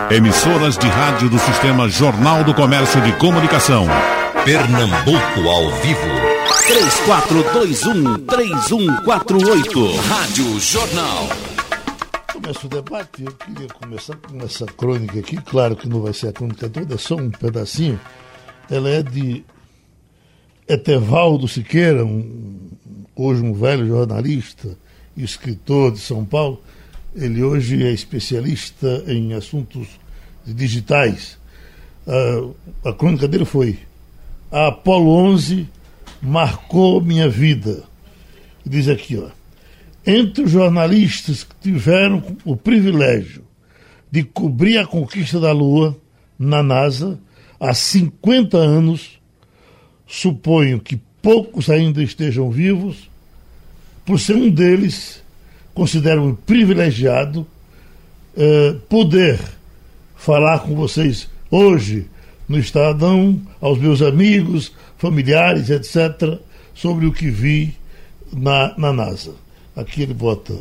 Emissoras de rádio do Sistema Jornal do Comércio de Comunicação. Pernambuco ao vivo. 3421-3148. Rádio Jornal. Começa o debate. Eu queria começar com essa crônica aqui. Claro que não vai ser a crônica toda, é só um pedacinho. Ela é de Etevaldo Siqueira, hoje um velho jornalista e escritor de São Paulo. Ele hoje é especialista em assuntos digitais. A crônica dele foi: a Apollo 11 marcou minha vida. Diz aqui, ó: entre os jornalistas que tiveram o privilégio de cobrir a conquista da Lua na NASA há 50 anos, suponho que poucos ainda estejam vivos. Por ser um deles, considero privilegiado poder falar com vocês hoje no Estadão, aos meus amigos, familiares, etc., sobre o que vi na NASA. Aqui ele bota: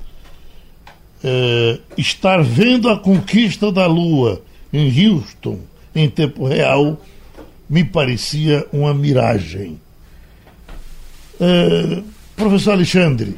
estar vendo a conquista da Lua em Houston em tempo real me parecia uma miragem. Professor Alexandre,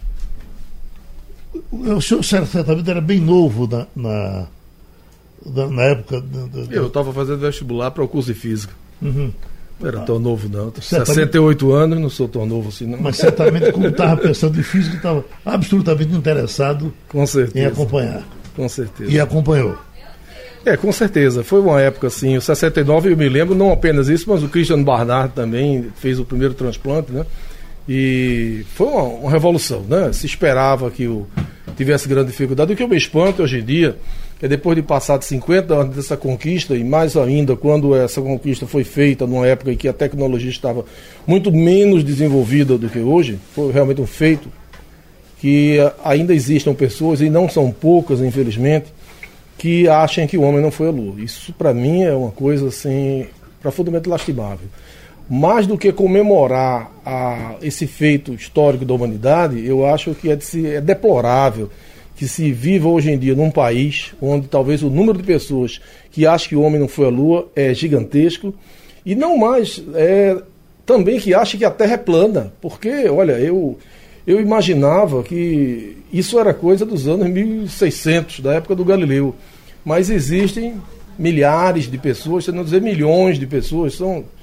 o senhor certamente era bem novo na época... Eu estava fazendo vestibular para o curso de Física. Uhum. Não era tão novo, não. 68 anos, não sou tão novo assim, não. Mas certamente, como estava pensando em física, estava absolutamente interessado em acompanhar. Com certeza. E acompanhou. Com certeza. Foi uma época assim, o 69, eu me lembro, não apenas isso, mas o Christian Barnard também fez o primeiro transplante, né? E foi uma revolução, né? Se esperava que tivesse grande dificuldade. O que eu me espanto hoje em dia é, depois de passar de 50 anos dessa conquista, e mais ainda quando essa conquista foi feita numa época em que a tecnologia estava muito menos desenvolvida do que hoje, foi realmente um feito, que ainda existam pessoas, e não são poucas, infelizmente, que achem que o homem não foi à Lua. Isso, para mim, é uma coisa assim, profundamente lastimável. Mais do que comemorar esse feito histórico da humanidade, eu acho que é deplorável que se viva hoje em dia num país onde talvez o número de pessoas que acham que o homem não foi à Lua é gigantesco, e não mais, também que acha que a Terra é plana, porque, olha, eu imaginava que isso era coisa dos anos 1600, da época do Galileu, mas existem milhares de pessoas, se não dizer milhões de pessoas,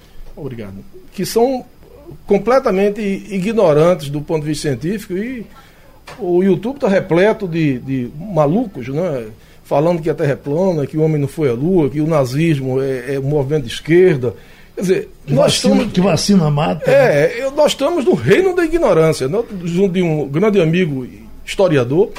que são completamente ignorantes do ponto de vista científico, e o YouTube está repleto de malucos, né? Falando que a Terra é plana, que o homem não foi à Lua, que o nazismo é um movimento de esquerda. Quer dizer, que vacina mata. Nós estamos no reino da ignorância, né? Junto de um grande amigo historiador,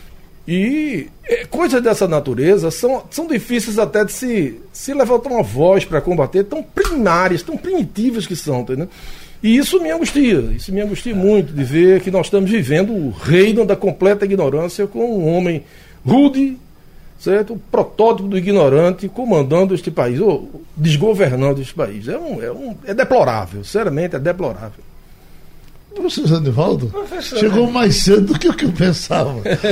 e coisas dessa natureza são difíceis até de se levantar uma voz para combater, tão primárias, tão primitivas que são, entendeu? E isso me angustia muito, de ver que nós estamos vivendo o reino da completa ignorância, com um homem rude, certo? O protótipo do ignorante comandando este país, ou desgovernando este país. É deplorável, sinceramente é deplorável. Professor Zanivaldo, chegou mais cedo do que o que eu pensava.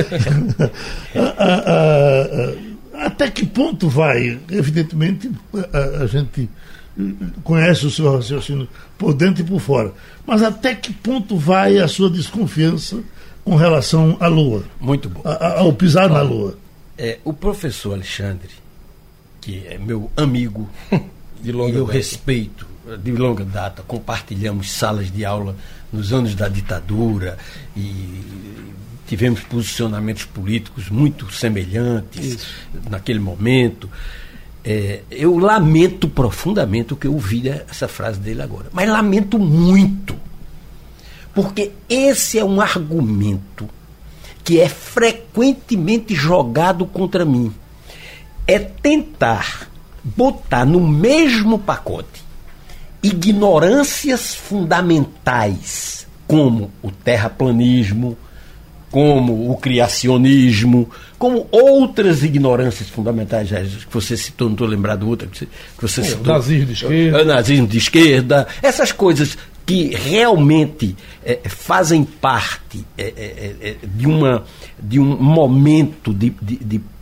Até que ponto vai? Evidentemente, a gente conhece o seu raciocínio por dentro e por fora, mas até que ponto vai a sua desconfiança com relação à Lua? Muito bom. Ao pisar na Lua. O professor Alexandre, que é meu amigo de longa e eu data. respeito de longa data, compartilhamos salas de aula nos anos da ditadura e tivemos posicionamentos políticos muito semelhantes naquele momento. Eu lamento profundamente o que eu ouvi essa frase dele agora, mas lamento muito, porque esse é um argumento que é frequentemente jogado contra mim. É tentar botar no mesmo pacote ignorâncias fundamentais, como o terraplanismo, como o criacionismo, como outras ignorâncias fundamentais, que você citou, não estou lembrado outra, que você citou. O nazismo de esquerda. O nazismo de esquerda, essas coisas que realmente fazem parte de um momento de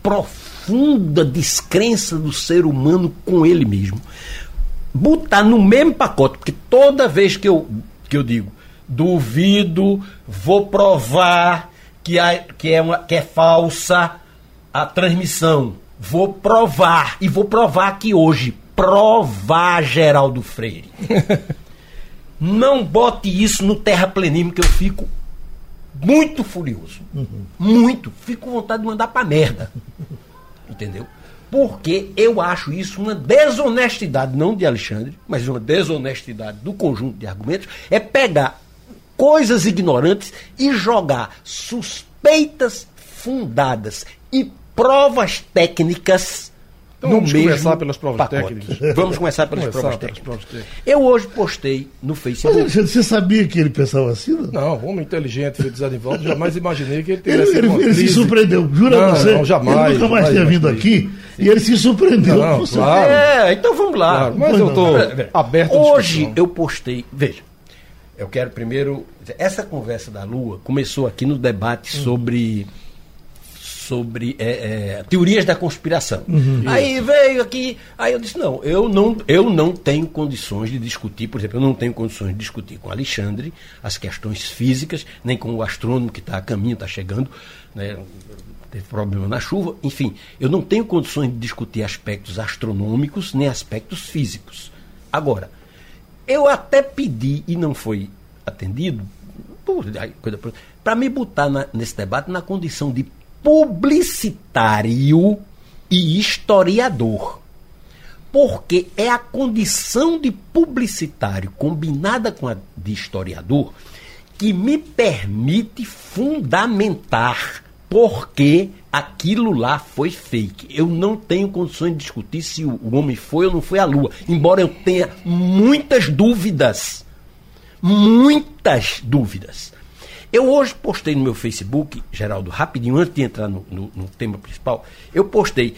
profunda descrença do ser humano com ele mesmo, botar no mesmo pacote, porque toda vez que eu digo duvido, vou provar que é falsa a transmissão, vou provar, e vou provar aqui hoje, provar, Geraldo Freire. Não bote isso no terraplanismo, que eu fico muito furioso. Muito. Fico com vontade de mandar pra merda. Entendeu? Porque eu acho isso uma desonestidade, não de Alexandre, mas uma desonestidade do conjunto de argumentos, é pegar coisas ignorantes e jogar suspeitas fundadas e provas técnicas. Então vamos começar pelas provas técnicas. Vamos começar pelas provas técnicas. Eu hoje postei no Facebook. Mas você sabia que ele pensava assim? Não, homem inteligente, feito de volta, jamais imaginei que ele tivesse ele se surpreendeu, jura você? Não, jamais. Ele nunca mais tinha vindo aqui e ele se surpreendeu. Não, claro. Então vamos lá. Claro, mas eu estou aberto a Hoje eu postei, veja, eu quero primeiro, essa conversa da Lua começou aqui no debate sobre teorias da conspiração. Aí veio aqui, aí eu disse, eu não tenho condições de discutir, por exemplo, eu não tenho condições de discutir com Alexandre as questões físicas, nem com o astrônomo que está a caminho, está chegando, né, teve problema na chuva, enfim, eu não tenho condições de discutir aspectos astronômicos nem aspectos físicos. Agora, eu até pedi e não foi atendido para me botar nesse debate na condição de publicitário e historiador. Porque é a condição de publicitário combinada com a de historiador que me permite fundamentar porque aquilo lá foi fake. Eu não tenho condições de discutir se o homem foi ou não foi à Lua, embora eu tenha muitas dúvidas. Muitas dúvidas. Eu hoje postei no meu Facebook, Geraldo, rapidinho, antes de entrar no tema principal, eu postei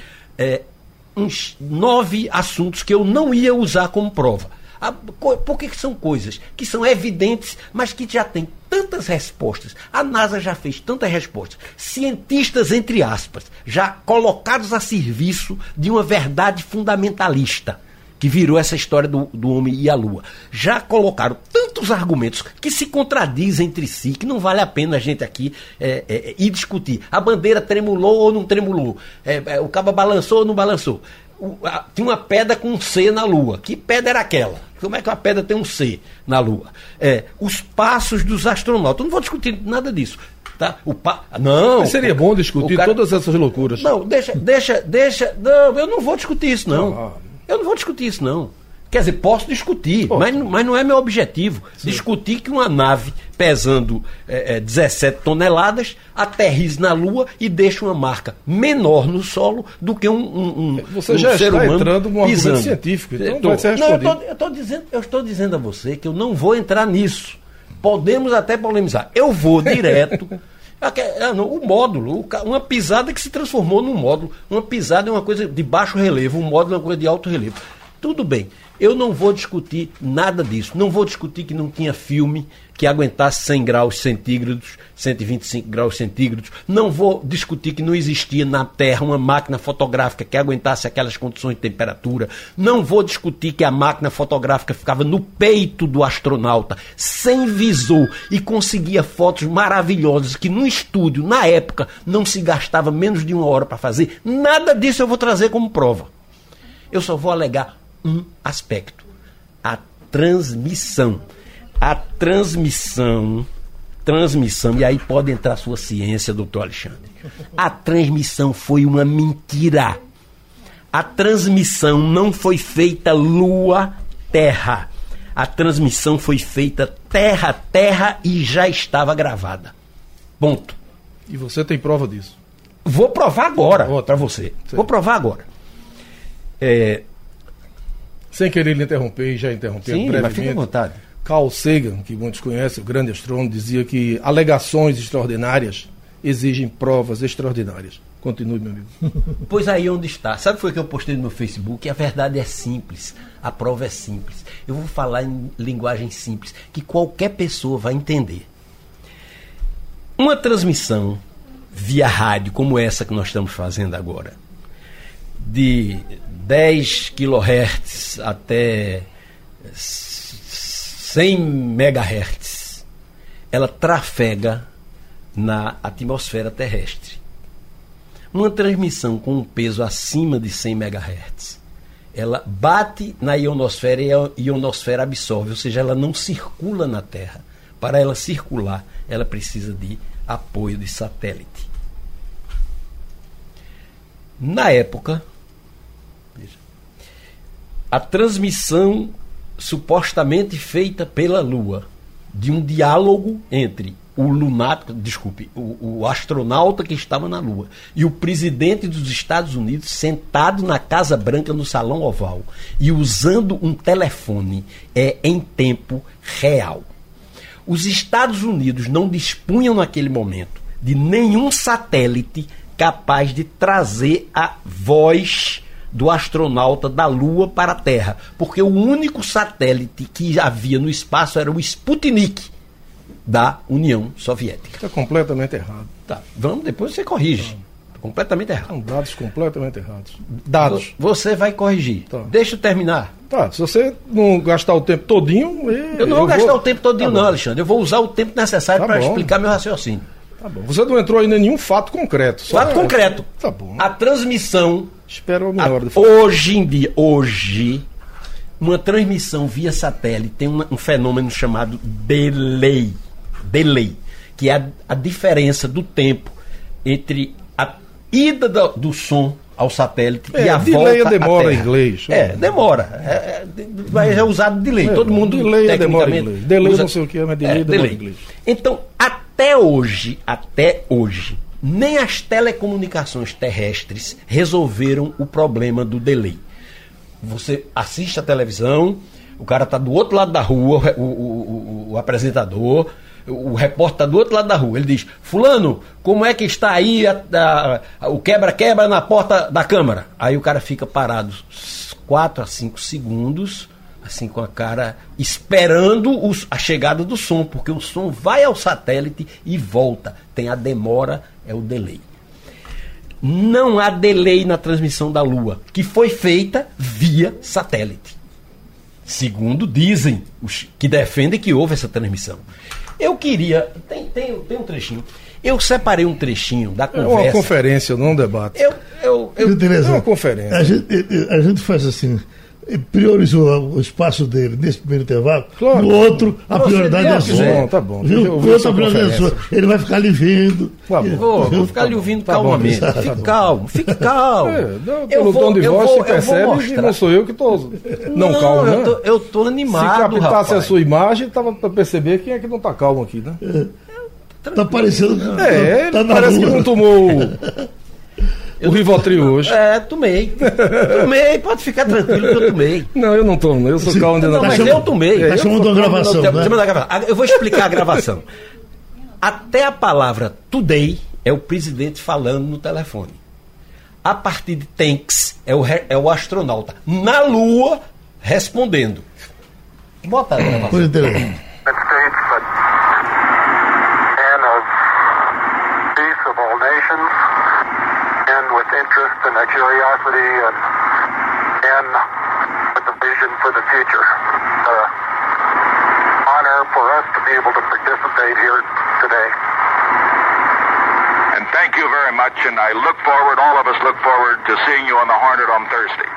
uns 9 assuntos que eu não ia usar como prova. Porque são coisas que são evidentes, mas que já tem tantas respostas. A NASA já fez tantas respostas. Cientistas, entre aspas, já colocados a serviço de uma verdade fundamentalista, que virou essa história do homem e a Lua. Já colocaram tantos argumentos que se contradizem entre si, que não vale a pena a gente aqui ir discutir. A bandeira tremulou ou não tremulou? O cabo balançou ou não balançou? Tinha uma pedra com um C na Lua. Que pedra era aquela? Como é que uma pedra tem um C na Lua? Os passos dos astronautas. Eu não vou discutir nada disso. Tá? Não. Mas seria bom discutir todas essas loucuras. Não, deixa. Não, eu não vou discutir isso, não. Eu não vou discutir isso, não. Quer dizer, posso discutir, mas não é meu objetivo. Sim. Discutir que uma nave pesando 17 toneladas aterrize na Lua e deixe uma marca menor no solo do que Você já ser está humano entrando num argumento científico, então vai ser respondido. Eu estou dizendo a você que eu não vou entrar nisso. Podemos até polemizar. Eu vou direto... O módulo, uma pisada que se transformou num módulo. Uma pisada é uma coisa de baixo relevo, um módulo é uma coisa de alto relevo. Tudo bem, eu não vou discutir nada disso. Não vou discutir que não tinha filme que aguentasse 100 graus centígrados, 125 graus centígrados. Não vou discutir que não existia na Terra uma máquina fotográfica que aguentasse aquelas condições de temperatura. Não vou discutir que a máquina fotográfica ficava no peito do astronauta, sem visor, e conseguia fotos maravilhosas que no estúdio, na época, não se gastava menos de 1 hora para fazer. Nada disso eu vou trazer como prova. Eu só vou alegar um aspecto: a transmissão. A transmissão, e aí pode entrar a sua ciência, doutor Alexandre. A transmissão foi uma mentira. A transmissão não foi feita Lua-Terra. A transmissão foi feita Terra-Terra e já estava gravada. Ponto. E você tem prova disso? Vou provar agora para você. Sim. Vou provar agora. Sem querer lhe interromper, e já interrompendo brevemente. Mas fique à vontade. Carl Sagan, que muitos conhecem, o grande astrônomo, dizia que alegações extraordinárias exigem provas extraordinárias. Continue, meu amigo. Pois aí onde está. Sabe o que foi que eu postei no meu Facebook? A verdade é simples. A prova é simples. Eu vou falar em linguagem simples, que qualquer pessoa vai entender. Uma transmissão via rádio, como essa que nós estamos fazendo agora, de 10 kHz até 100 MHz, ela trafega na atmosfera terrestre. Uma transmissão com um peso acima de 100 MHz, ela bate na ionosfera e a ionosfera absorve, ou seja, ela não circula na Terra. Para ela circular, ela precisa de apoio de satélite. Na época, a transmissão supostamente feita pela Lua, de um diálogo entre o astronauta que estava na Lua e o presidente dos Estados Unidos sentado na Casa Branca no Salão Oval e usando um telefone em tempo real. Os Estados Unidos não dispunham naquele momento de nenhum satélite capaz de trazer a voz do astronauta da Lua para a Terra, porque o único satélite que havia no espaço era o Sputnik da União Soviética. Está completamente errado. Tá, depois você corrige. Completamente errado. São dados completamente errados. Dados. Você vai corrigir. Tá. Deixa eu terminar. Tá, se você não gastar o tempo todinho... Eu não vou gastar o tempo todinho, tá, não, Alexandre. Eu vou usar o tempo necessário para explicar meu raciocínio. Tá bom. Você não entrou ainda em nenhum fato concreto. Fato concreto. Tá bom. A transmissão... Espera uma hora. Hoje em dia, uma transmissão via satélite tem um fenômeno chamado delay, que é a diferença do tempo entre a ida do som ao satélite e a volta à Terra. Demora em inglês. Demora. Mas é usado delay. Todo mundo delay demora em inglês. Delay não sei o que, mas delay demora em inglês. Então, até hoje, nem as telecomunicações terrestres resolveram o problema do delay. Você assiste a televisão, o cara está do outro lado da rua, o apresentador, o repórter está do outro lado da rua. Ele diz: fulano, como é que está aí o quebra-quebra na porta da Câmara? Aí o cara fica parado 4 a 5 segundos, assim com a cara, esperando a chegada do som, porque o som vai ao satélite e volta. Tem a demora, é o delay. Não há delay na transmissão da Lua, que foi feita via satélite. Segundo dizem os que defendem que houve essa transmissão. Eu queria... Tem um trechinho. Eu separei um trechinho da conversa. É uma conferência, não um debate. É uma conferência. A gente faz assim... priorizou o espaço dele nesse primeiro intervalo, claro. No outro a prioridade é sua. Tá bom. Viu? O outro a prioridade é sua. Ele vai ficar lhe vendo. Vou ficar lhe ouvindo calmamente. Fique calmo. Pelo tom de voz você percebe que não sou eu que estou não calmo, né? Eu estou animado. Se captasse a sua imagem, estava para perceber quem é que não está calmo aqui, né? Tá parecendo. Parece que não tomou o Rivotril hoje. Tomei, pode ficar tranquilo que eu tomei. Não, eu não tomo, eu sou calmo. Mas eu tomei. Está chamando a gravação, né? Eu vou explicar a gravação. Até a palavra today é o presidente falando no telefone. A partir de thanks é o astronauta na Lua respondendo. Bota a gravação. Coisa interessante. Interest and a curiosity and with a vision for the future. Honor for us to be able to participate here today. And thank you very much, and I look forward, all of us look forward to seeing you on the Hornet on Thursday.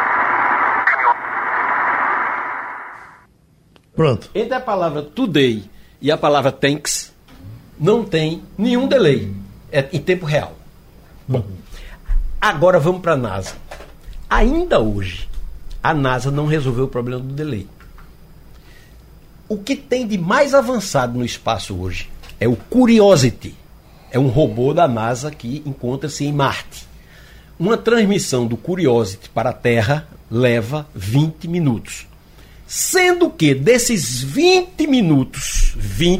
Pronto. Entre a palavra today e a palavra thanks não tem nenhum delay. É em tempo real. Bom. Agora vamos para a NASA. Ainda hoje, a NASA não resolveu o problema do delay. O que tem de mais avançado no espaço hoje é o Curiosity. É um robô da NASA que encontra-se em Marte. Uma transmissão do Curiosity para a Terra leva 20 minutos. Sendo que desses 20 minutos,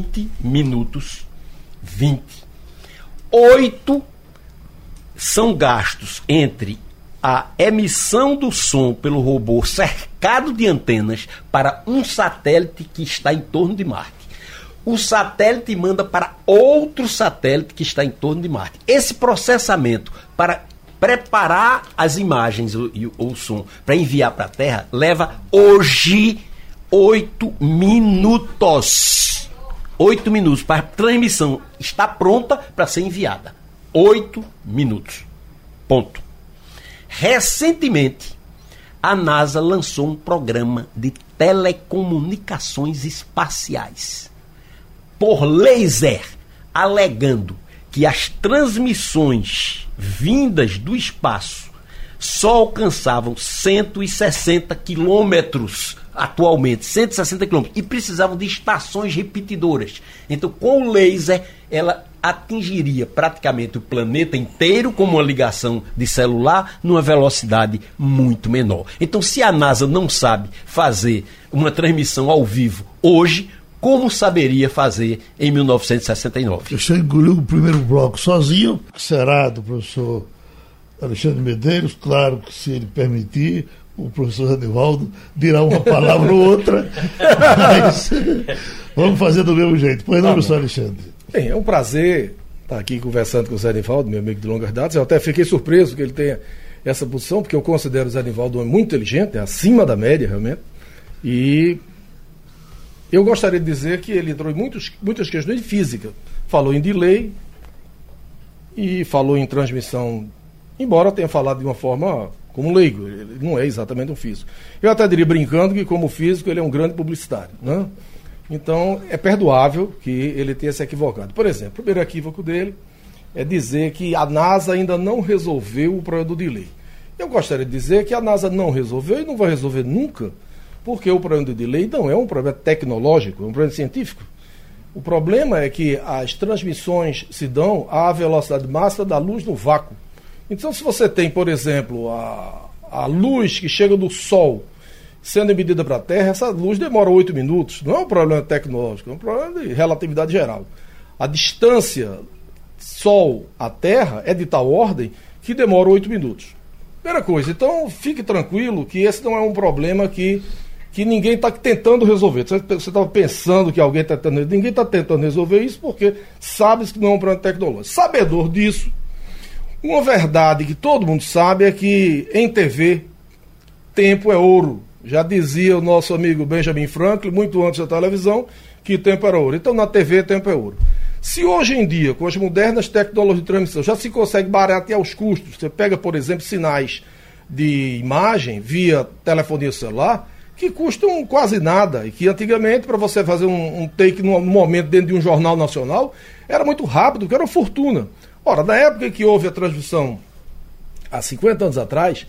8 são gastos entre a emissão do som pelo robô cercado de antenas para um satélite que está em torno de Marte. o satélite manda para outro satélite que está em torno de Marte. Esse processamento para preparar as imagens ou o som para enviar para a Terra leva hoje 8 minutos. 8 minutos para a transmissão estar pronta para ser enviada. 8 minutos. Ponto. Recentemente, a NASA lançou um programa de telecomunicações espaciais por laser, alegando que as transmissões vindas do espaço só alcançavam 160 quilômetros atualmente, 160 quilômetros, e precisavam de estações repetidoras. Então, com o laser, ela atingiria praticamente o planeta inteiro como uma ligação de celular numa velocidade muito menor. Então, se a NASA não sabe fazer uma transmissão ao vivo hoje, como saberia fazer em 1969? O senhor engoliu o primeiro bloco sozinho, que será do professor Alexandre Medeiros. Claro que, se ele permitir, o professor Zanivaldo dirá uma palavra ou outra, mas vamos fazer do mesmo jeito. Pois não, professor Alexandre? Bem, é um prazer estar aqui conversando com o Zanivaldo, meu amigo de longas datas. Eu até fiquei surpreso que ele tenha essa posição, porque eu considero o Zanivaldo um homem muito inteligente, acima da média, realmente. E eu gostaria de dizer que ele entrou em muitas questões de física. Falou em delay e falou em transmissão, embora tenha falado de uma forma como leigo, ele não é exatamente um físico. Eu até diria, brincando, que como físico ele é um grande publicitário, né? Então é perdoável que ele tenha se equivocado. Por exemplo, o primeiro equívoco dele é dizer que a NASA ainda não resolveu o problema do delay. Eu gostaria de dizer que a NASA não resolveu e não vai resolver nunca, porque o problema do delay não é um problema tecnológico, é um problema científico. O problema é que as transmissões se dão à velocidade máxima da luz no vácuo. Então, se você tem, por exemplo, a luz que chega do Sol sendo emitida para a Terra, essa luz demora 8 minutos. Não é um problema tecnológico, é um problema de relatividade geral. A distância Sol à Terra é de tal ordem que demora 8 minutos. Primeira coisa, então fique tranquilo que esse não é um problema que ninguém está tentando resolver. Você estava pensando que alguém está tentando resolver. Ninguém está tentando resolver isso porque sabe que não é um problema tecnológico. Sabedor disso, uma verdade que todo mundo sabe é que em TV, tempo é ouro. Já dizia o nosso amigo Benjamin Franklin, muito antes da televisão, que tempo era ouro. Então na TV, tempo é ouro. Se hoje em dia, com as modernas tecnologias de transmissão, já se consegue baratear os custos, você pega, por exemplo, sinais de imagem via telefonia celular, que custam quase nada, e que antigamente, para você fazer um take no momento dentro de um jornal nacional, era muito rápido, que era uma fortuna. Ora, na época em que houve a transmissão, há 50 anos atrás,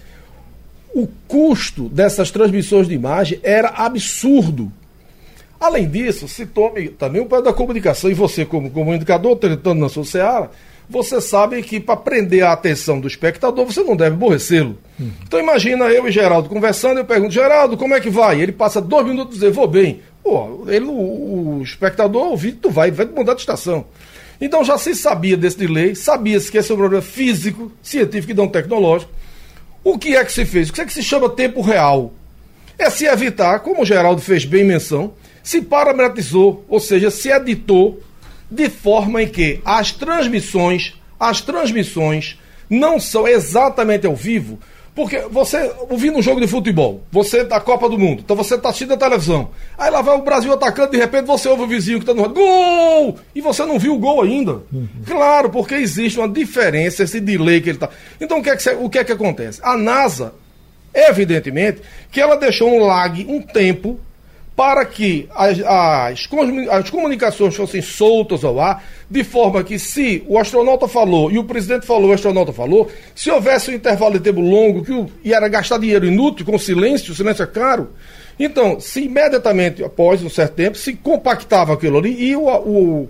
o custo dessas transmissões de imagem era absurdo. Além disso, se tome também o papel da comunicação, e você, como comunicador, tentando na sua seara, você sabe que para prender a atenção do espectador, você não deve aborrecê-lo. Então imagina eu e Geraldo conversando, eu pergunto, Geraldo, como é que vai? Ele passa 2 minutos e diz, vou bem. Pô, o espectador ouvir, tu vai mudar de estação. Então já se sabia desse delay, sabia-se que esse é um problema físico, científico e não tecnológico. O que é que se fez? O que é que se chama tempo real? É se evitar, como o Geraldo fez bem menção, se parametrizou, ou seja, se editou de forma em que as transmissões não são exatamente ao vivo, porque você, ouvindo um jogo de futebol, você da Copa do Mundo, então você está assistindo a televisão, aí lá vai o Brasil atacando, de repente você ouve o vizinho que está no gol, e você não viu o gol ainda. Claro, porque existe uma diferença, esse delay que ele está. Então o que é que acontece? A NASA, evidentemente, que ela deixou um lag, um tempo, para que as comunicações fossem soltas ao ar, de forma que se o astronauta falou, e o presidente falou, o astronauta falou, se houvesse um intervalo de tempo longo, e era gastar dinheiro inútil, com silêncio, o silêncio é caro, então, se imediatamente, após um certo tempo, se compactava aquilo ali, e o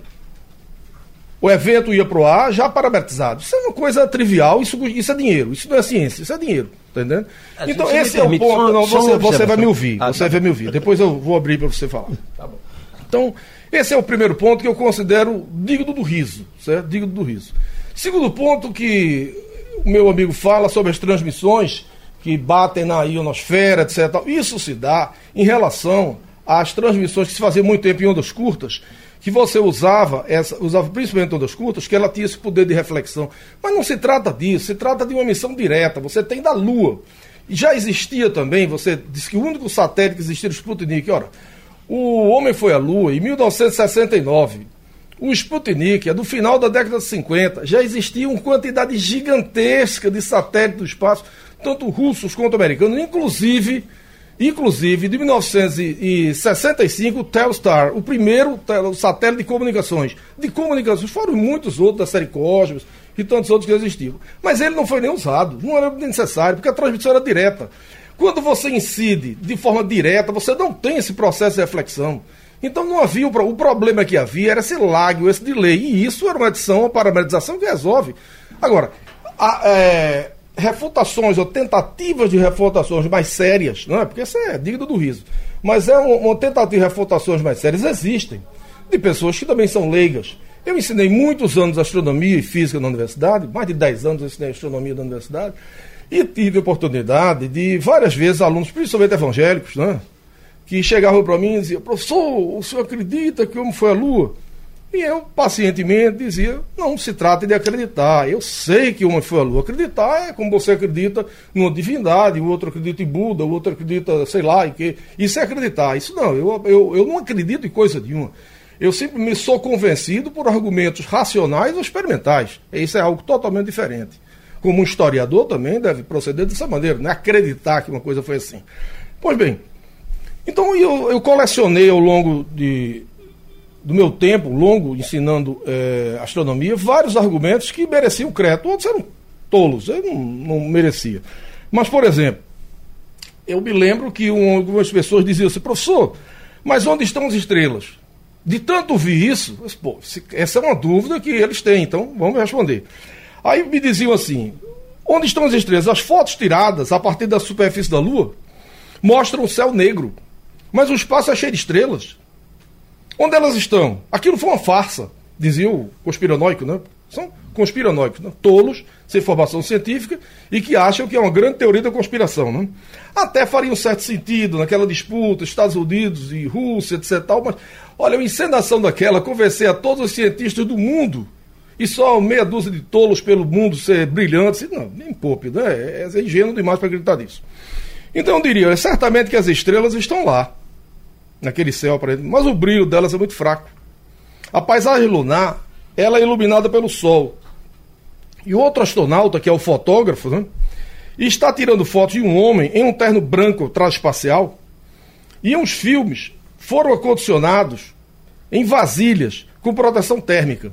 evento ia para o ar já parametrizado. Isso é uma coisa trivial, isso é dinheiro, isso não é ciência, isso é dinheiro. Tá entendendo? Então esse é o ponto. Não, você vai me ouvir. Você vai me ouvir. Depois eu vou abrir para você falar. Tá bom. Então, esse é o primeiro ponto que eu considero digno do riso. Certo? Digno do riso. Segundo ponto que o meu amigo fala sobre as transmissões que batem na ionosfera, etc. Isso se dá em relação às transmissões que se faziam muito tempo em ondas curtas, que você usava principalmente ondas curtas, que ela tinha esse poder de reflexão. Mas não se trata disso, se trata de uma missão direta, você tem da Lua. E já existia também, você disse que o único satélite que existia era o Sputnik. Ora, o homem foi à Lua em 1969. O Sputnik é do final da década de 50. Já existia uma quantidade gigantesca de satélites do espaço, tanto russos quanto americanos, inclusive de 1965, o Telstar, o primeiro satélite de comunicações. Foram muitos outros da série Cosmos e tantos outros que existiam. Mas ele não foi nem usado, não era necessário, porque a transmissão era direta. Quando você incide de forma direta, você não tem esse processo de reflexão. Então não havia, o problema que havia era esse lag, esse delay, e isso era uma adição, uma parametrização que resolve. Agora, refutações ou tentativas de refutações mais sérias, não é? Porque isso é digno do riso, mas é uma tentativa de refutações mais sérias, existem, de pessoas que também são leigas. Eu ensinei muitos anos astronomia e física na universidade, mais de 10 anos eu ensinei astronomia na universidade, e tive a oportunidade de várias vezes alunos, principalmente evangélicos, não é? Que chegavam para mim e diziam: professor, o senhor acredita que o homem foi à Lua? E eu, pacientemente, dizia: não se trata de acreditar, eu sei que o homem foi à Lua. Acreditar é como você acredita numa divindade, o outro acredita em Buda, o outro acredita, sei lá, em que. Isso é acreditar. Isso não, eu não acredito em coisa nenhuma. Eu simplesmente sou convencido por argumentos racionais ou experimentais. Isso é algo totalmente diferente. Como um historiador também deve proceder dessa maneira, não é acreditar que uma coisa foi assim. Pois bem, então eu colecionei ao longo do meu tempo longo ensinando astronomia vários argumentos que mereciam crédito, outros eram tolos, eu não merecia. Mas, por exemplo, eu me lembro que algumas pessoas diziam assim: professor, mas onde estão as estrelas? De tanto ouvir isso, essa é uma dúvida que eles têm, então vamos responder. Aí me diziam assim: onde estão as estrelas? As fotos tiradas a partir da superfície da Lua mostram o céu negro, mas o espaço é cheio de estrelas. Onde elas estão? Aquilo foi uma farsa, dizia o conspiranoico, né? São conspiranoicos, né? Tolos, sem formação científica, e que acham que é uma grande teoria da conspiração, né? Até faria um certo sentido naquela disputa, Estados Unidos e Rússia, etc. Mas, olha, a encenação daquela, convencer a todos os cientistas do mundo, e só meia dúzia de tolos pelo mundo ser brilhantes, não, nem poupe, né? É ingênuo demais para acreditar nisso. Então eu diria, certamente que as estrelas estão lá, naquele céu aparente, mas o brilho delas é muito fraco. A paisagem lunar, ela é iluminada pelo Sol. E o outro astronauta, que é o fotógrafo, né, está tirando fotos de um homem em um terno branco transespacial, e os filmes foram acondicionados em vasilhas com proteção térmica.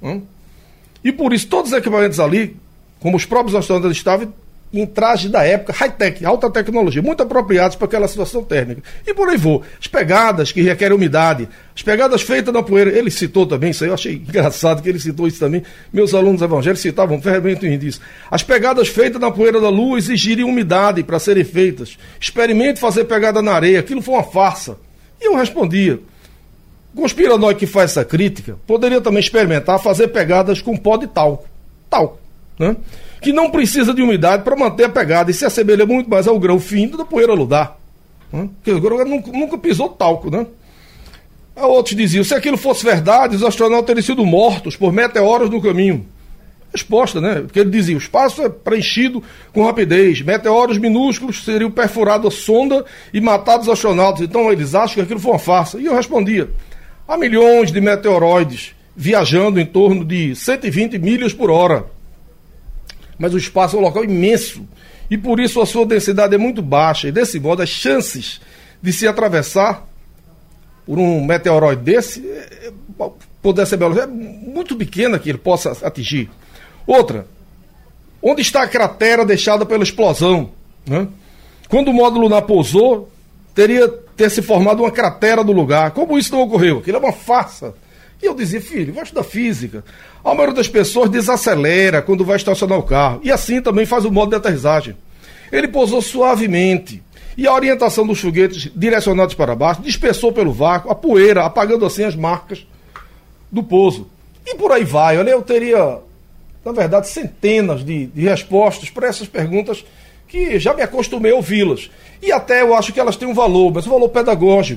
E por isso todos os equipamentos ali, como os próprios astronautas estavam, em traje da época, high-tech, alta tecnologia, muito apropriados para aquela situação térmica. E por aí vou. As pegadas que requerem umidade, as pegadas feitas na poeira. Ele citou também isso aí, eu achei engraçado que ele citou isso também. Meus alunos evangélicos citavam ferrentemente isso. As pegadas feitas na poeira da Lua exigiriam umidade para serem feitas. Experimente fazer pegada na areia, aquilo foi uma farsa. E eu respondia: o conspiranoico que faz essa crítica poderia também experimentar fazer pegadas com pó de talco. Talco, né? Que não precisa de umidade para manter a pegada e se assemelha muito mais ao grão fino da poeira lunar. Porque o grão nunca pisou talco, né? Outros diziam: se aquilo fosse verdade, os astronautas teriam sido mortos por meteoros no caminho. Resposta, né? Porque ele dizia: o espaço é preenchido com rapidez, meteoros minúsculos seriam perfurados a sonda e matados os astronautas. Então eles acham que aquilo foi uma farsa. E eu respondia: há milhões de meteoroides viajando em torno de 120 milhas por hora. Mas o espaço é um local imenso, e por isso a sua densidade é muito baixa, e desse modo as chances de se atravessar por um meteoroide desse poder ser é muito pequena que ele possa atingir. Outra: onde está a cratera deixada pela explosão? Né? Quando o módulo lunar pousou, ter se formado uma cratera no lugar. Como isso não ocorreu? Aquilo é uma farsa. E eu dizia: filho, vai estudar física. A maioria das pessoas desacelera quando vai estacionar o carro. E assim também faz o modo de aterrissagem. Ele pousou suavemente. E a orientação dos foguetes direcionados para baixo dispersou pelo vácuo a poeira, apagando assim as marcas do pouso. E por aí vai. Olha, eu teria, na verdade, centenas de respostas para essas perguntas que já me acostumei a ouvi-las. E até eu acho que elas têm um valor, mas um valor pedagógico.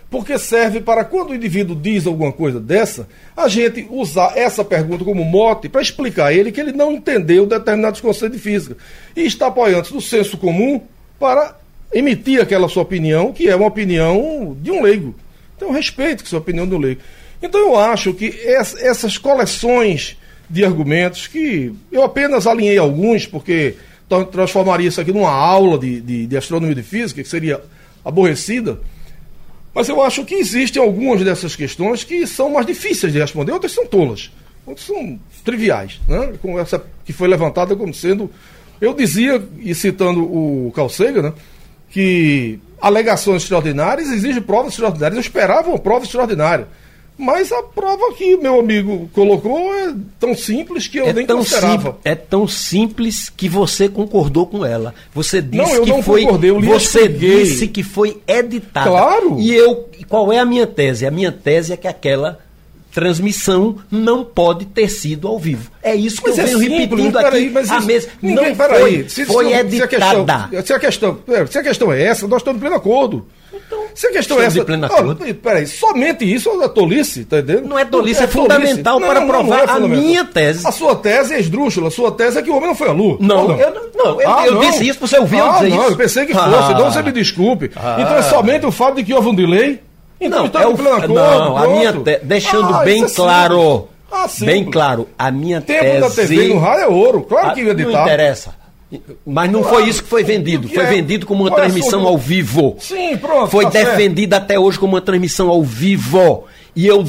porque serve para quando o indivíduo diz alguma coisa dessa, a gente usar essa pergunta como mote para explicar a ele que ele não entendeu determinados conceitos de física e está apoiando do senso comum para emitir aquela sua opinião, que é uma opinião de um leigo. Então, respeito que sua opinião do leigo. Então, eu acho que essas coleções de argumentos, que eu apenas alinhei alguns, porque transformaria isso aqui numa aula de astronomia e de física, que seria aborrecida, mas eu acho que existem algumas dessas questões que são mais difíceis de responder, outras são tolas, outras são triviais, né? Como essa que foi levantada como sendo... Eu dizia, e citando o Carl Sagan, né, que alegações extraordinárias exigem provas extraordinárias. Eu esperava uma prova extraordinária, mas a prova que meu amigo colocou é tão simples que eu nem considerava. É tão simples que você concordou com ela. Você disse não, eu que não foi. Concordei, eu li, você disse que foi editada. Claro. E qual é a minha tese? A minha tese é que aquela transmissão não pode ter sido ao vivo. É isso que eu venho repetindo aqui há meses. Não foi editada. Se a questão é essa, nós estamos em pleno acordo. Então, se a questão é essa, peraí, somente isso é tolice, tá entendendo? Não é tolice, é fundamental para provar a minha tese. A sua tese é esdrúxula, a sua tese é que o homem não foi à Lua. Eu disse isso, você ouviu dizer isso? Eu pensei que fosse, então você me desculpe. Então é somente o fato de que houve um delay? Então estamos em pleno acordo. Não, a minha tese, deixando bem claro, bem claro, a minha tese... Tempo da TV no rádio é ouro, claro que ia editar. Não interessa. Mas não foi isso que foi vendido. Foi vendido como uma transmissão ao vivo. Sim, pronto. Foi defendido até hoje como uma transmissão ao vivo. E eu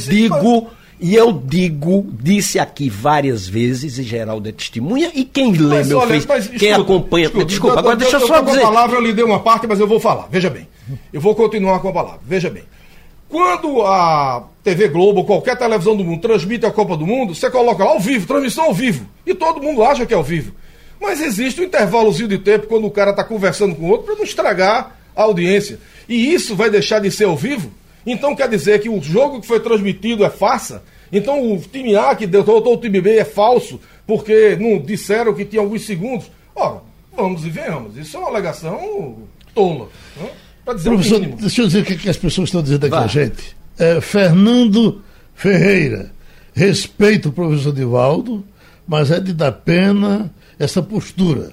digo, disse aqui várias vezes, e Geraldo é testemunha, e quem lê quem acompanha. Desculpa, agora deixa eu só dizer. A palavra eu lhe dei uma parte, mas eu vou falar. Veja bem. Eu vou continuar com a palavra. Veja bem. Quando a TV Globo ou qualquer televisão do mundo transmite a Copa do Mundo, você coloca lá ao vivo, transmissão ao vivo. E todo mundo acha que é ao vivo. Mas existe um intervalozinho de tempo quando o cara está conversando com o outro para não estragar a audiência. E isso vai deixar de ser ao vivo? Então quer dizer que o jogo que foi transmitido é farsa? Então o time A que derrotou o time B é falso porque não disseram que tinha alguns segundos? Ora, vamos e venhamos. Isso é uma alegação tola. Né? Para dizer professor, deixa eu dizer o que as pessoas estão dizendo aqui a gente. Fernando Ferreira, respeito o professor Divaldo, mas é de dar pena essa postura.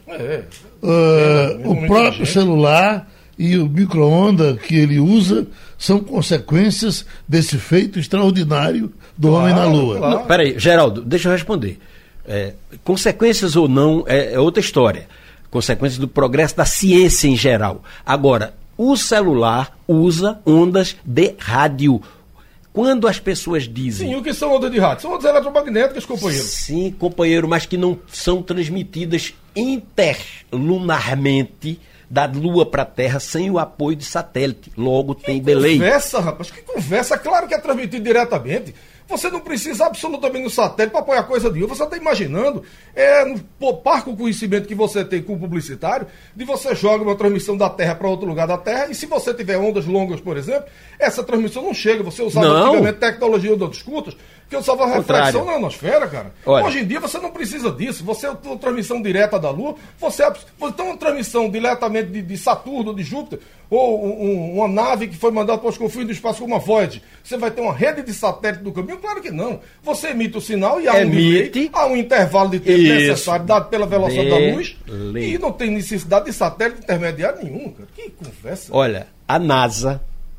O próprio celular e o micro-ondas que ele usa são consequências desse feito extraordinário do homem na Lua. Claro. Não, peraí, Geraldo, deixa eu responder. Consequências ou não é outra história. Consequências do progresso da ciência em geral. Agora, o celular usa ondas de rádio. Quando as pessoas dizem... Sim, o que são ondas de rádio? São ondas eletromagnéticas, companheiro. Sim, companheiro, mas que não são transmitidas interlunarmente da Lua para a Terra sem o apoio de satélite. Logo tem delay. Conversa, rapaz, que conversa. Claro que é transmitido diretamente. Você não precisa absolutamente no satélite para apoiar coisa de outra. Você está imaginando, no parco conhecimento que você tem com o publicitário, de você joga uma transmissão da Terra para outro lugar da Terra, e se você tiver ondas longas, por exemplo, essa transmissão não chega. Você usava antigamente tecnologia de ondas curtas, que usava reflexão na ionosfera, cara. Olha, hoje em dia você não precisa disso. Você tem uma transmissão direta da Lua, você tem uma transmissão diretamente de Saturno, de Júpiter, ou uma nave que foi mandada para os confins do espaço como uma Voyager. Você vai ter uma rede de satélite no caminho? Claro que não. Você emite o sinal e há um intervalo de tempo necessário dado pela velocidade da luz e não tem necessidade de satélite intermediário nenhum, cara. Que conversa. Olha, a NASA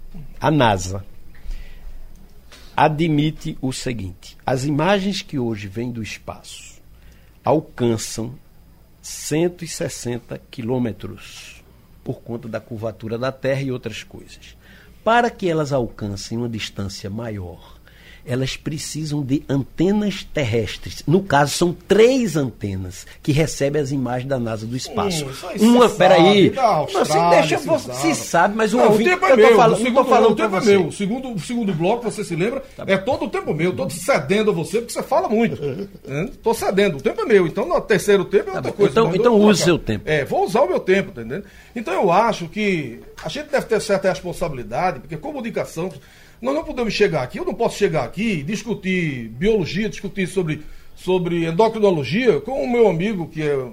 admite o seguinte: as imagens que hoje vêm do espaço alcançam 160 quilômetros por conta da curvatura da Terra e outras coisas. Para que elas alcancem uma distância maior, elas precisam de antenas terrestres. No caso, são 3 antenas que recebem as imagens da NASA do espaço. Uma, peraí. Se sabe, mas o tempo é meu. O tempo é meu. O segundo bloco, você se lembra, é todo o tempo meu. Estou cedendo a você porque você fala muito. Estou cedendo. O tempo é meu. Então, no terceiro tempo é outra coisa. Então use seu tempo. Vou usar o meu tempo, tá entendendo? Então, eu acho que a gente deve ter certa responsabilidade, porque comunicação... Nós não podemos chegar aqui, eu não posso chegar aqui e discutir biologia, discutir sobre endocrinologia com o meu amigo, que é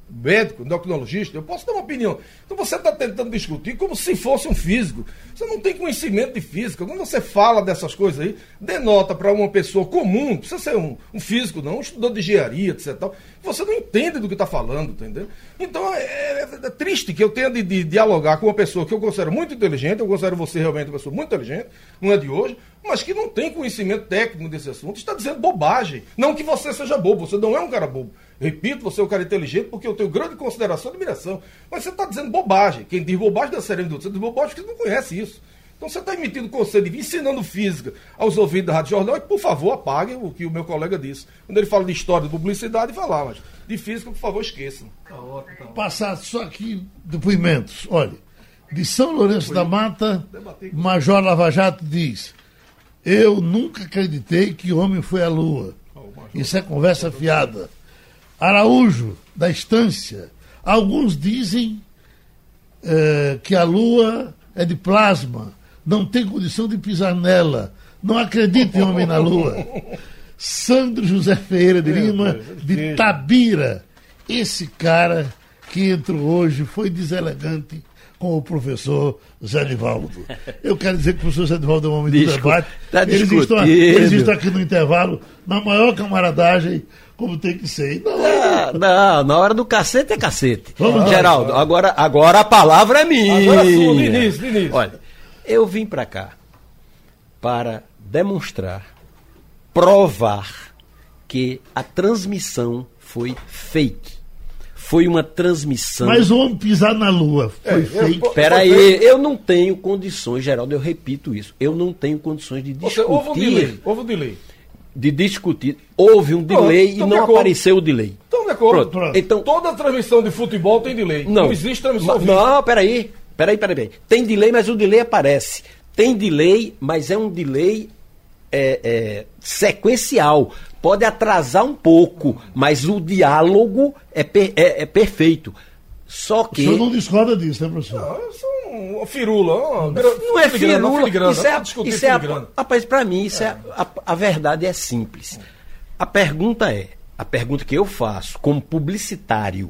médico, endocrinologista, eu posso dar uma opinião. Então você está tentando discutir como se fosse um físico. Você não tem conhecimento de física. Quando você fala dessas coisas aí, denota para uma pessoa comum, não precisa ser um físico não, um estudante de engenharia, etc. Tal, você não entende do que está falando, entendeu? Então é triste que eu tenha de dialogar com uma pessoa que eu considero muito inteligente, eu considero você realmente uma pessoa muito inteligente, não é de hoje, mas que não tem conhecimento técnico desse assunto, está dizendo bobagem. Não que você seja bobo, você não é um cara bobo. Repito, você é um cara inteligente porque eu tenho grande consideração e admiração. Mas você está dizendo bobagem. Quem diz bobagem da série do outro, você diz bobagem porque não conhece isso. Então você está emitindo conselho, ensinando física aos ouvidos da Rádio Jornal e, por favor, apague o que o meu colega disse. Quando ele fala de história, de publicidade, falar, mas de física, por favor, esqueçam. Passar só aqui depoimentos. Olha, de São Lourenço da Mata, Major Lava Jato diz: eu nunca acreditei que o homem foi à Lua. Isso é conversa fiada. Araújo, da Estância. Alguns dizem que a Lua é de plasma, não tem condição de pisar nela. Não acredita em homem na Lua. Sandro José Ferreira de Lima, de Tabira. Esse cara que entrou hoje foi deselegante com o professor Zé Nivaldo. Eu quero dizer que o professor Zé Nivaldo é um homem do debate. Eles estão aqui no intervalo, na maior camaradagem, como tem que ser. Não, na hora do cacete é cacete. Geraldo, agora a palavra é minha. Agora sua, Diniz. Olha, eu vim para cá para demonstrar, provar que a transmissão foi fake. Foi uma transmissão... Mas o homem pisar na Lua foi fake. Espera aí, eu não tenho condições, Geraldo, eu repito isso. Eu não tenho condições de discutir... Houve um delay. De discutir. Houve um delay e não apareceu o delay. Então, de acordo. Pronto. Então, toda transmissão de futebol tem delay. Não existe transmissão viva. Não, peraí. Tem delay, mas o delay aparece. Tem delay, mas é um delay sequencial. Pode atrasar um pouco, mas o diálogo é perfeito. Só que... O senhor não discorda disso, né, professor? Não, eu sou um firula. Não é firula. Isso é rapaz, para mim, a verdade é simples. A pergunta que eu faço como publicitário...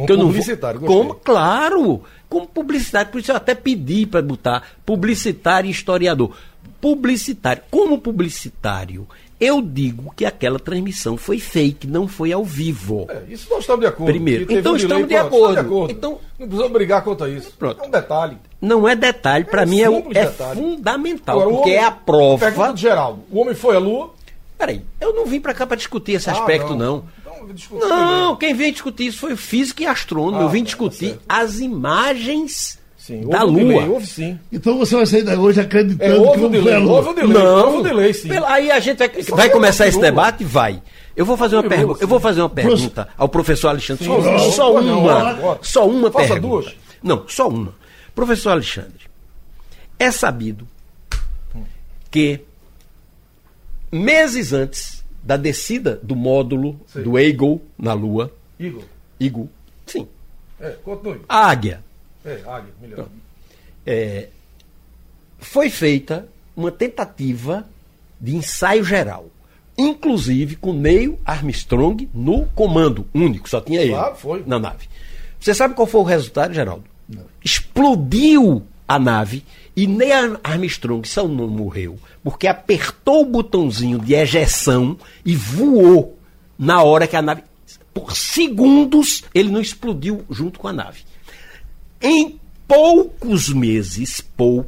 Claro, como publicitário. Por isso eu até pedi para botar publicitário e historiador. Como publicitário... Eu digo que aquela transmissão foi fake, não foi ao vivo. Isso nós estamos de acordo. Primeiro. Então estamos de acordo. Então, não precisamos brigar contra isso. Pronto. É um detalhe. Não é detalhe, para mim é fundamental. Agora, porque é a prova. Pergunta de Geraldo: o homem foi à Lua? Peraí, eu não vim para cá para discutir esse aspecto, não. Então, não, quem veio discutir isso foi o físico e astrônomo. Eu vim discutir as imagens. Sim, da Lua. Houve sim. Então você vai sair daí hoje acreditando que houve a Lua. Houve um delay, sim. Aí a gente vai começar esse debate? Vai. Eu vou fazer uma pergunta ao professor Alexandre. Só uma Faça pergunta. Duas? Não, só uma. Professor Alexandre, é sabido que meses antes da descida do módulo do Eagle na Lua... Eagle? Sim. Continue. A águia. Águia, melhor. Foi feita uma tentativa de ensaio geral, inclusive com Neil Armstrong no comando único, só tinha ele na nave. Você sabe qual foi o resultado, Geraldo? Não. Explodiu a nave e Neil Armstrong só não morreu porque apertou o botãozinho de ejeção e voou na hora que a nave... Por segundos ele não explodiu junto com a nave. Em poucos meses,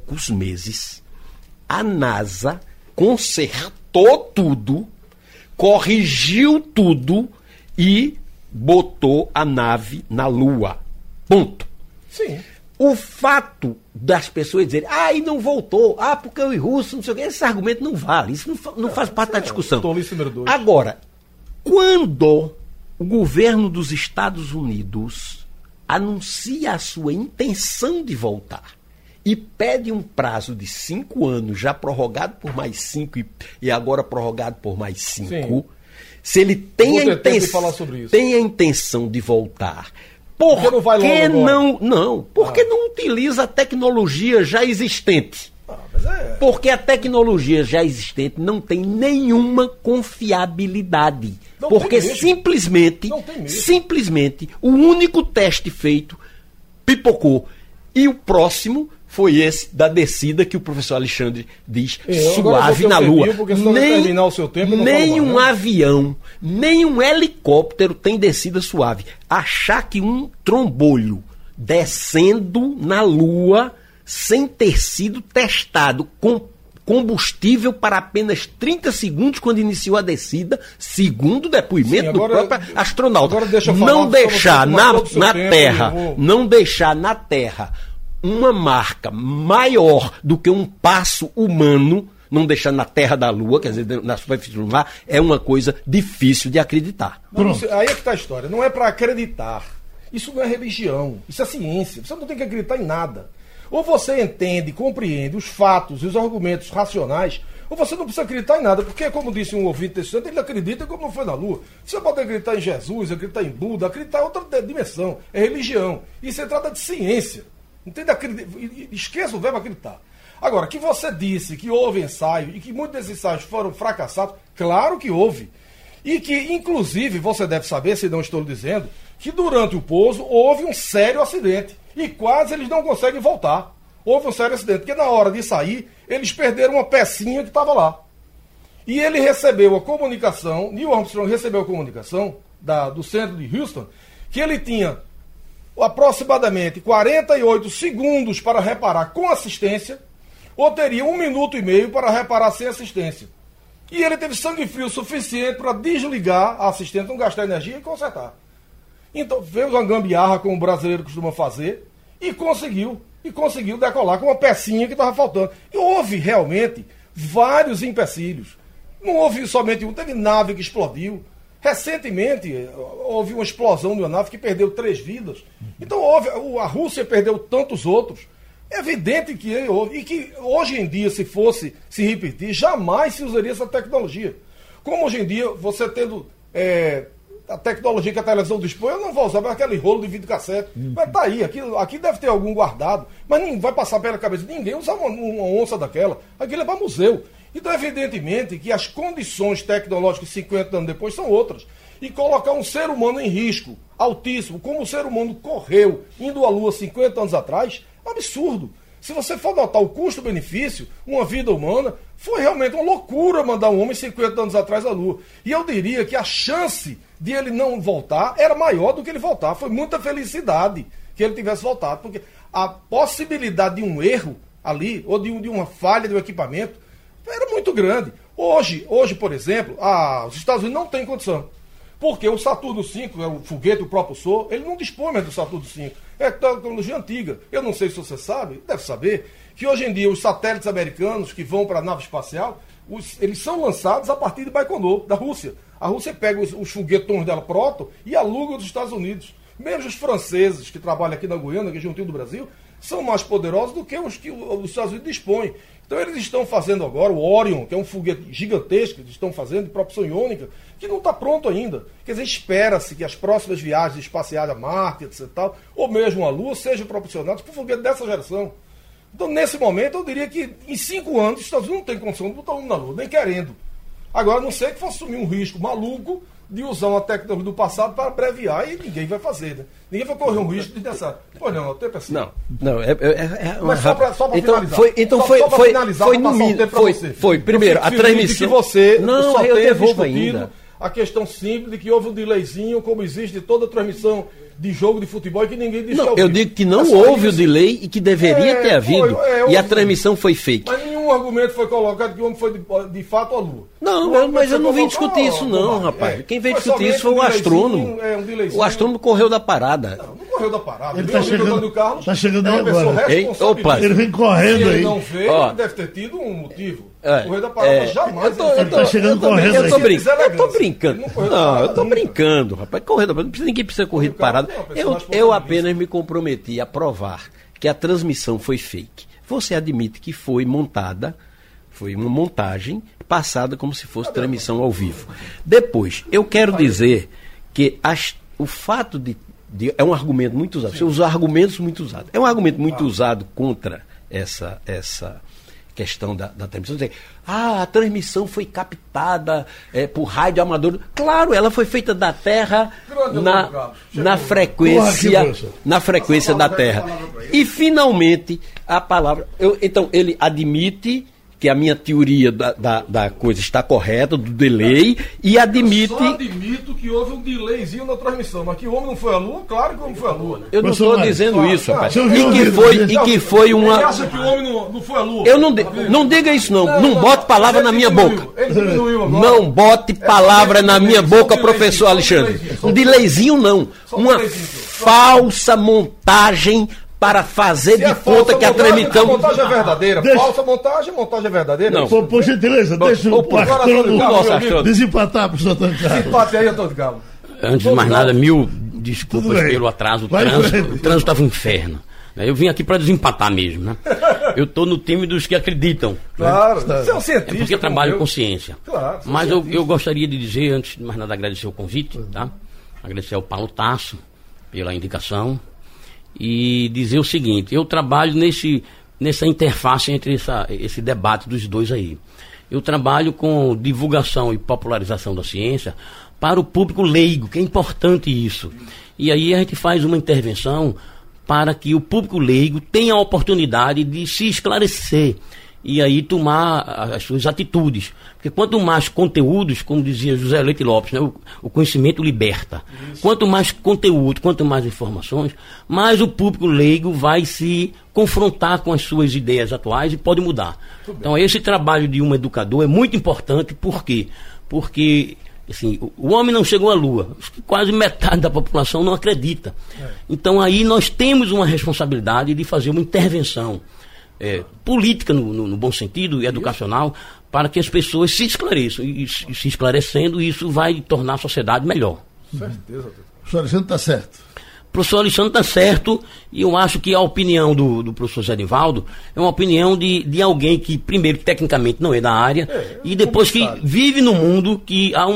a NASA consertou tudo, corrigiu tudo e botou a nave na Lua. Ponto. Sim. O fato das pessoas dizerem, e não voltou, porque os russos, não sei o quê, esse argumento não vale, isso não faz parte da discussão. Agora, quando o governo dos Estados Unidos anuncia a sua intenção de voltar e pede um prazo de 5 anos, já prorrogado por mais 5 e agora prorrogado por mais 5, se ele tem a intenção de voltar, por que não utiliza a tecnologia já existente? Porque a tecnologia já existente não tem nenhuma confiabilidade. Porque simplesmente, o único teste feito pipocou. E o próximo foi esse da descida que o professor Alexandre diz suave na Lua. Nem um avião, nem um helicóptero tem descida suave. Achar que um trombolho descendo na Lua sem ter sido testado com combustível para apenas 30 segundos quando iniciou a descida, segundo o depoimento do próprio astronauta. Não deixar na Terra uma marca maior do que um passo humano, não deixar na Terra da Lua, quer dizer, na superfície do mar, é uma coisa difícil de acreditar. Aí é que está a história. Não é para acreditar. Isso não é religião. Isso é ciência. Você não tem que acreditar em nada. Ou você entende, compreende os fatos e os argumentos racionais, ou você não precisa acreditar em nada, porque, como disse um ouvinte desse centro, ele acredita como não foi na Lua. Você pode acreditar em Jesus, acreditar em Buda, acreditar em outra dimensão. É religião. Isso se trata de ciência. Entende? Esqueça o verbo acreditar. Agora, que você disse que houve ensaio e que muitos desses ensaios foram fracassados, claro que houve. E que, inclusive, você deve saber, se não estou lhe dizendo, que durante o pouso houve um sério acidente. E quase eles não conseguem voltar. Houve um sério acidente, porque na hora de sair, eles perderam uma pecinha que estava lá. E ele recebeu a comunicação, Neil Armstrong recebeu a comunicação do centro de Houston, que ele tinha aproximadamente 48 segundos para reparar com assistência, ou teria 1 minuto e meio para reparar sem assistência. E ele teve sangue frio suficiente para desligar a assistência, não gastar energia e consertar. Então, fez uma gambiarra, como o brasileiro costuma fazer, e conseguiu decolar com uma pecinha que estava faltando. E houve realmente vários empecilhos. Não houve somente um, teve nave que explodiu. Recentemente, houve uma explosão de uma nave que perdeu 3 vidas. Então, a Rússia perdeu tantos outros. É evidente que houve, e que hoje em dia, se fosse se repetir, jamais se usaria essa tecnologia. Como hoje em dia, você tendo a tecnologia que a televisão dispõe, eu não vou usar aquele rolo de videocassete. Mas tá aí, aqui deve ter algum guardado, mas nem vai passar pela cabeça de ninguém usar uma onça daquela. Aquilo é para museu. Então, evidentemente, que as condições tecnológicas 50 anos depois são outras. E colocar um ser humano em risco altíssimo, como o ser humano correu indo à Lua 50 anos atrás, é um absurdo. Se você for notar o custo-benefício, uma vida humana, foi realmente uma loucura mandar um homem 50 anos atrás à Lua. E eu diria que a chance de ele não voltar era maior do que ele voltar. Foi muita felicidade que ele tivesse voltado, porque a possibilidade de um erro ali, ou de uma falha do equipamento, era muito grande. Hoje, por exemplo, os Estados Unidos não têm condição. Porque o Saturno V, é o foguete, o propulsor, ele não dispõe mais do Saturno V. É tecnologia antiga. Eu não sei se você sabe, deve saber, que hoje em dia os satélites americanos que vão para a nave espacial, eles são lançados a partir de Baikonur, da Rússia. A Rússia pega os foguetões dela proto e aluga dos Estados Unidos. Mesmo os franceses que trabalham aqui na Guiana, que é juntinho do Brasil, são mais poderosos do que os que os Estados Unidos dispõem. Então eles estão fazendo agora o Orion, que é um foguete gigantesco, eles estão fazendo de propulsão iônica, que não está pronto ainda. Quer dizer, espera-se que as próximas viagens espaciais a Marte, etc. Ou mesmo a Lua, sejam propulsionadas por foguete dessa geração. Então, nesse momento, eu diria que em 5 anos os Estados Unidos não têm condição de botar um na Lua, nem querendo. Agora, a não ser que fosse assumir um risco maluco de usar uma tecnologia do passado para abreviar, e ninguém vai fazer, né? Ninguém vai correr um risco de pensar. Pois não, até assim. Não, mas só para finalizar. Foi no mínimo. Foi primeiro, a transmissão. Que você não, só eu tem devolvo discutido ainda. A questão simples de que houve um delayzinho, como existe de toda transmissão de jogo de futebol, e que ninguém disse. Não, eu digo que não houve o delay e que deveria ter havido. E a transmissão foi fake. Mas nenhum argumento foi colocado que o homem foi de fato à Lua. Não, mas eu não vim discutir isso não, rapaz. Quem veio discutir isso foi o astrônomo. O astrônomo correu da parada. Não correu da parada. Ele está chegando aí agora. Ele vem correndo aí. Se ele não veio, ele deve ter tido um motivo. Correr da parada jamais. Ele está chegando correndo aí. Eu tô brincando. Não, eu tô brincando, rapaz. Ninguém precisa correr de parada. Eu apenas me comprometi a provar que a transmissão foi fake. Você admite que foi montada, foi uma montagem passada como se fosse transmissão ao vivo. Depois, eu quero dizer que o fato de é um argumento muito usado. Você usa argumentos muito usados. É um argumento muito usado contra essa questão da transmissão, dizer, a transmissão foi captada por rádio amador. Claro, ela foi feita da Terra na frequência da Terra. E finalmente a palavra. Então ele admite que a minha teoria da coisa está correta, do delay, e admite... Eu só admito que houve um delayzinho na transmissão, mas que o homem não foi à Lua? Claro que o homem foi à Lua. Eu não estou dizendo isso, rapaz. E que foi uma... Ele acha que o homem não foi à Lua? Eu não diga isso, não. Não bote palavra na minha boca. Ele diminuiu agora. Não bote palavra na minha boca, professor Alexandre. Um delayzinho, não. Uma falsa montagem para fazer de conta que a transmissão... montagem é verdadeira. Falsa montagem é verdadeira. Não. Por gentileza, deixa o astrônomo desempatar, professor Tancado. Desempate aí, Antônio Galo. Antes de mais nada, 1000 desculpas pelo atraso. O trânsito estava um inferno. Eu vim aqui para desempatar mesmo, né? Eu estou no time dos que acreditam. Claro, você é um cientista. É porque eu trabalho com ciência. Claro. Mas eu gostaria de dizer, antes de mais nada, agradecer o convite, tá? Agradecer ao Paulo Tasso pela indicação. E dizer o seguinte, eu trabalho nessa interface entre esse debate dos dois aí. Eu trabalho com divulgação e popularização da ciência para o público leigo, que é importante isso. E aí a gente faz uma intervenção para que o público leigo tenha a oportunidade de se esclarecer e aí tomar as suas atitudes. Porque quanto mais conteúdos, como dizia José Leite Lopes, né, o conhecimento liberta. Isso. Quanto mais conteúdo, quanto mais informações, mais o público leigo vai se confrontar com as suas ideias atuais e pode mudar. Então esse trabalho de um educador é muito importante. Por quê? Porque assim, o homem não chegou à Lua. Quase metade da população não acredita. Então aí nós temos uma responsabilidade de fazer uma intervenção política no bom sentido e educacional para que as pessoas se esclareçam e se esclarecendo isso vai tornar a sociedade melhor. Certeza. O professor Alexandre está certo. O professor Alexandre está certo e eu acho que a opinião do professor Zenivaldo é uma opinião de alguém que primeiro tecnicamente não é da área e depois que vive no mundo que há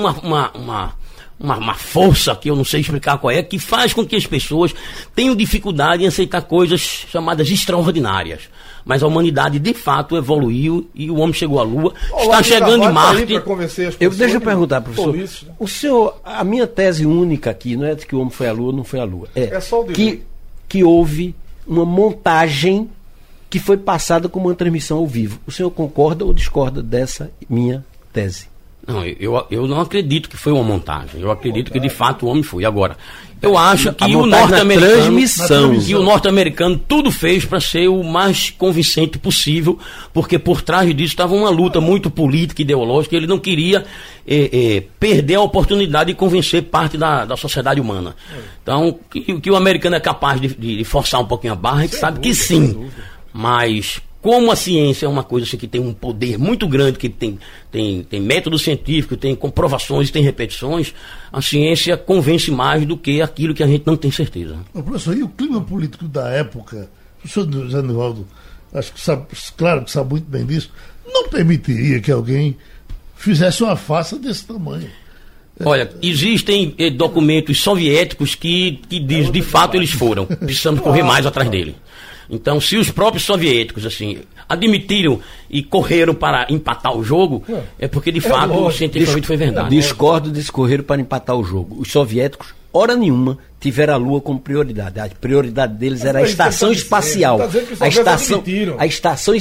uma força que eu não sei explicar qual é, que faz com que as pessoas tenham dificuldade em aceitar coisas chamadas extraordinárias. Mas a humanidade de fato evoluiu e o homem chegou à Lua, está chegando em Marte. Deixa eu perguntar, professor. O senhor, a minha tese única aqui não é de que o homem foi à Lua ou não foi à Lua. É só que houve uma montagem que foi passada como uma transmissão ao vivo. O senhor concorda ou discorda dessa minha tese? Não, eu não acredito que foi uma montagem. Eu acredito que de fato o homem foi. Agora, eu acho que o norte-americano tudo fez para ser o mais convincente possível, porque por trás disso estava uma luta muito política e ideológica. Ele não queria perder a oportunidade de convencer parte da sociedade humana. Então, que o americano é capaz de forçar um pouquinho a barra, a gente sabe que sim. Mas como a ciência é uma coisa assim, que tem um poder muito grande, que tem método científico, tem comprovações, tem repetições, a ciência convence mais do que aquilo que a gente não tem certeza. Professor, e o clima político da época, o senhor Zenivaldo, acho que sabe, claro que sabe muito bem disso, não permitiria que alguém fizesse uma farsa desse tamanho? Olha, existem documentos soviéticos que dizem, de fato, eles foram. Precisamos correr mais atrás dele. Então, se os próprios soviéticos assim admitiram e correram para empatar o jogo, é porque, de fato, cientificamente foi verdade. Discordo desse correram para empatar o jogo. Os soviéticos, hora nenhuma, tiveram a Lua como prioridade. A prioridade deles era a estação espacial. A estação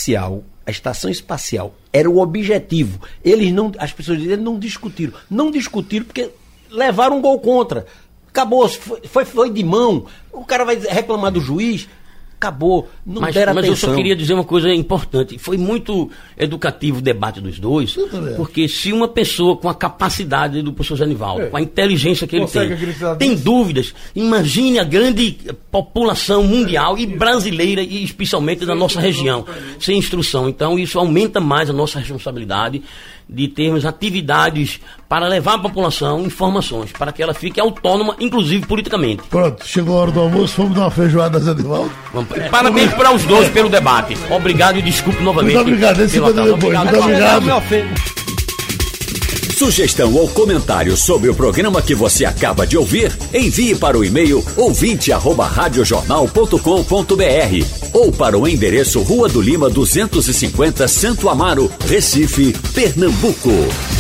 espacial era o objetivo. As pessoas dizem, não discutiram. Não discutiram porque levaram um gol contra. Acabou, foi de mão. O cara vai reclamar do juiz. Acabou, não deram atenção. Mas eu só queria dizer uma coisa importante. Foi muito educativo o debate dos dois, porque se uma pessoa com a capacidade do professor Zenivaldo, com a inteligência que ele tem dúvidas, imagine a grande população mundial e brasileira, e especialmente da nossa região, sem instrução. Então isso aumenta mais a nossa responsabilidade de termos atividades para levar à população informações, para que ela fique autônoma, inclusive politicamente. Pronto, chegou a hora do almoço, vamos dar uma feijoada, Zenivaldo. Parabéns para os dois pelo debate. Obrigado e desculpe novamente. Muito obrigado, muito obrigado. Sugestão ou comentário sobre o programa que você acaba de ouvir, envie para o e-mail ouvinte@radiojornal.com.br ou para o endereço Rua do Lima 250, Santo Amaro, Recife, Pernambuco.